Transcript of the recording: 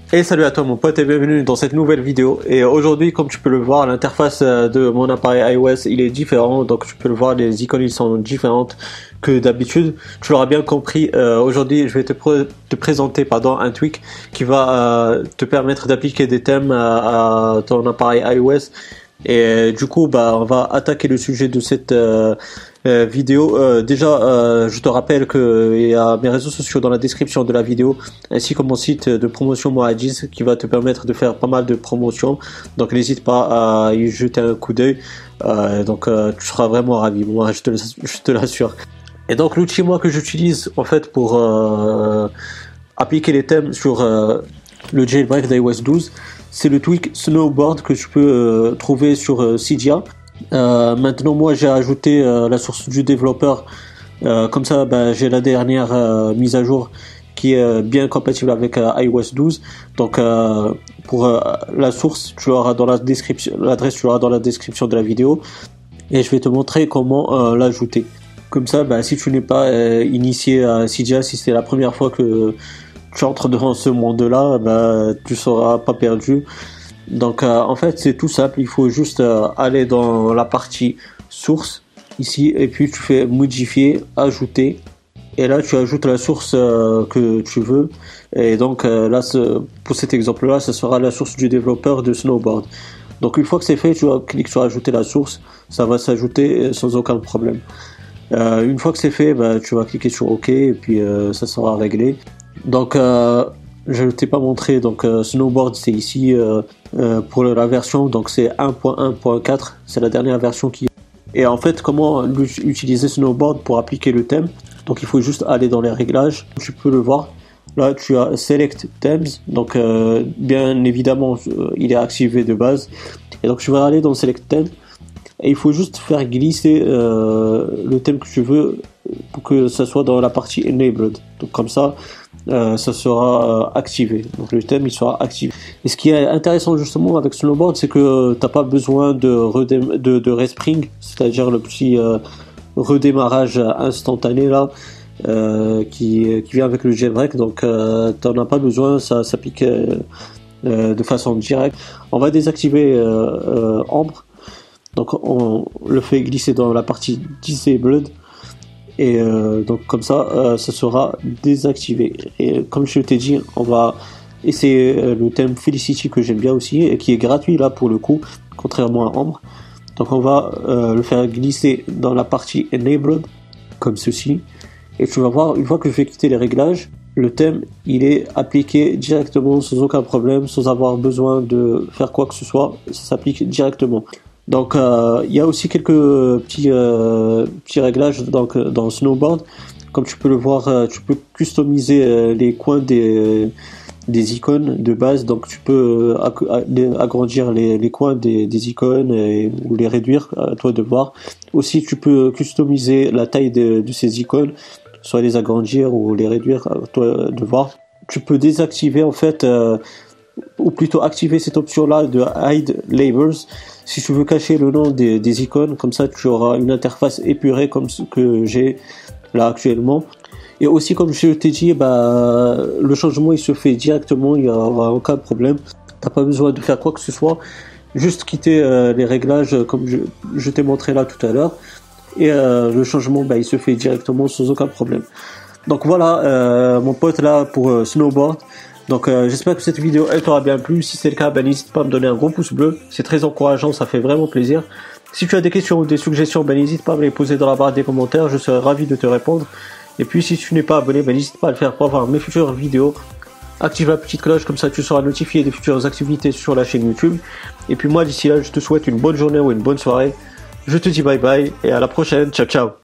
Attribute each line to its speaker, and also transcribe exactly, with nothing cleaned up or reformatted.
Speaker 1: Et salut à toi mon pote et bienvenue dans cette nouvelle vidéo. Et aujourd'hui, comme tu peux le voir, l'interface de mon appareil iOS il est différent, donc tu peux le voir, les icônes ils sont différentes que d'habitude. Tu l'auras bien compris. Euh, aujourd'hui je vais te, te présenter pardon, un tweak qui va euh, te permettre d'appliquer des thèmes à, à ton appareil iOS. Et euh, du coup bah on va attaquer le sujet de cette euh, euh, vidéo. Euh, déjà euh, je te rappelle que il y a mes réseaux sociaux dans la description de la vidéo, ainsi que mon site de promotion Moadis qui va te permettre de faire pas mal de promotions, donc n'hésite pas à y jeter un coup d'œil. Euh, donc euh, tu seras vraiment ravi, moi je te, je te l'assure. Et donc l'outil moi que j'utilise en fait pour euh, appliquer les thèmes sur euh, le jailbreak d'iOS douze, c'est le tweak Snowboard que tu peux euh, trouver sur euh, Cydia. Euh, maintenant moi j'ai ajouté euh, la source du développeur, euh, comme ça bah, j'ai la dernière euh, mise à jour qui est euh, bien compatible avec euh, iOS douze. Donc euh, pour euh, la source tu l'auras dans la description, l'adresse tu l'auras dans la description de la vidéo, et je vais te montrer comment euh, l'ajouter. Comme ça bah, si tu n'es pas euh, initié à Cydia, si c'est la première fois que tu entres dans ce monde-là, bah, tu seras pas perdu. Donc euh, en fait c'est tout simple, il faut juste euh, aller dans la partie source ici, et puis tu fais modifier, ajouter, et là tu ajoutes la source euh, que tu veux. Et donc euh, là pour cet exemple là ça sera la source du développeur de Snowboard. Donc une fois que c'est fait, tu cliques sur ajouter la source, ça va s'ajouter sans aucun problème. Euh, une fois que c'est fait, bah, tu vas cliquer sur OK et puis euh, ça sera réglé. Donc euh, je ne t'ai pas montré, donc euh, Snowboard c'est ici euh, euh, pour la version, donc c'est un point un point quatre, c'est la dernière version qui. Et en fait comment utiliser Snowboard pour appliquer le thème? Donc il faut juste aller dans les réglages, tu peux le voir, là tu as Select Themes, donc euh, bien évidemment euh, il est activé de base, et donc tu vas aller dans Select Themes, et il faut juste faire glisser euh, le thème que tu veux pour que ça soit dans la partie Enabled, donc comme ça Euh, ça sera euh, activé, donc le thème il sera activé. Et ce qui est intéressant justement avec Snowboard, c'est que euh, t'as pas besoin de, de, de respring, c'est-à-dire le petit euh, redémarrage instantané là euh, qui, qui vient avec le jailbreak, donc euh, t'en as pas besoin, ça s'applique euh, euh, de façon directe. On va désactiver euh, euh, Ambre, donc on le fait glisser dans la partie Disabled. Et euh, donc comme ça, euh, ça sera désactivé. Et comme je t'ai dit, on va essayer euh, le thème Felicity que j'aime bien aussi, et qui est gratuit là pour le coup, contrairement à Ambre. Donc on va euh, le faire glisser dans la partie Enabled, comme ceci. Et tu vas voir, une fois que je vais quitter les réglages, le thème il est appliqué directement sans aucun problème, sans avoir besoin de faire quoi que ce soit, ça s'applique directement. Donc euh, il y a aussi quelques petits, euh, petits réglages donc, dans Snowboard. Comme tu peux le voir, euh, tu peux customiser euh, les coins des, des icônes de base. Donc tu peux euh, agrandir les, les coins des, des icônes et, ou les réduire, à toi de voir. Aussi tu peux customiser la taille de, de ces icônes, soit les agrandir ou les réduire, à toi de voir. Tu peux désactiver en fait, euh, ou plutôt activer cette option là de Hide Labels si tu veux cacher le nom des, des icônes, comme ça tu auras une interface épurée comme ce que j'ai là actuellement. Et aussi comme je t'ai dit, bah, le changement il se fait directement, il n'y aura aucun problème, t'as pas besoin de faire quoi que ce soit, juste quitter euh, les réglages comme je, je t'ai montré là tout à l'heure, et euh, le changement bah, il se fait directement sans aucun problème. Donc voilà euh, mon pote là pour euh, Snowboard. Donc euh, j'espère que cette vidéo elle t'aura bien plu. Si c'est le cas, ben, n'hésite pas à me donner un gros pouce bleu, c'est très encourageant, ça fait vraiment plaisir. Si tu as des questions ou des suggestions, ben, n'hésite pas à me les poser dans la barre des commentaires, je serai ravi de te répondre. Et puis si tu n'es pas abonné, ben, n'hésite pas à le faire pour avoir mes futures vidéos. Active la petite cloche, comme ça tu seras notifié des futures activités sur la chaîne YouTube. Et puis moi d'ici là je te souhaite une bonne journée ou une bonne soirée. Je te dis bye bye et à la prochaine, ciao ciao.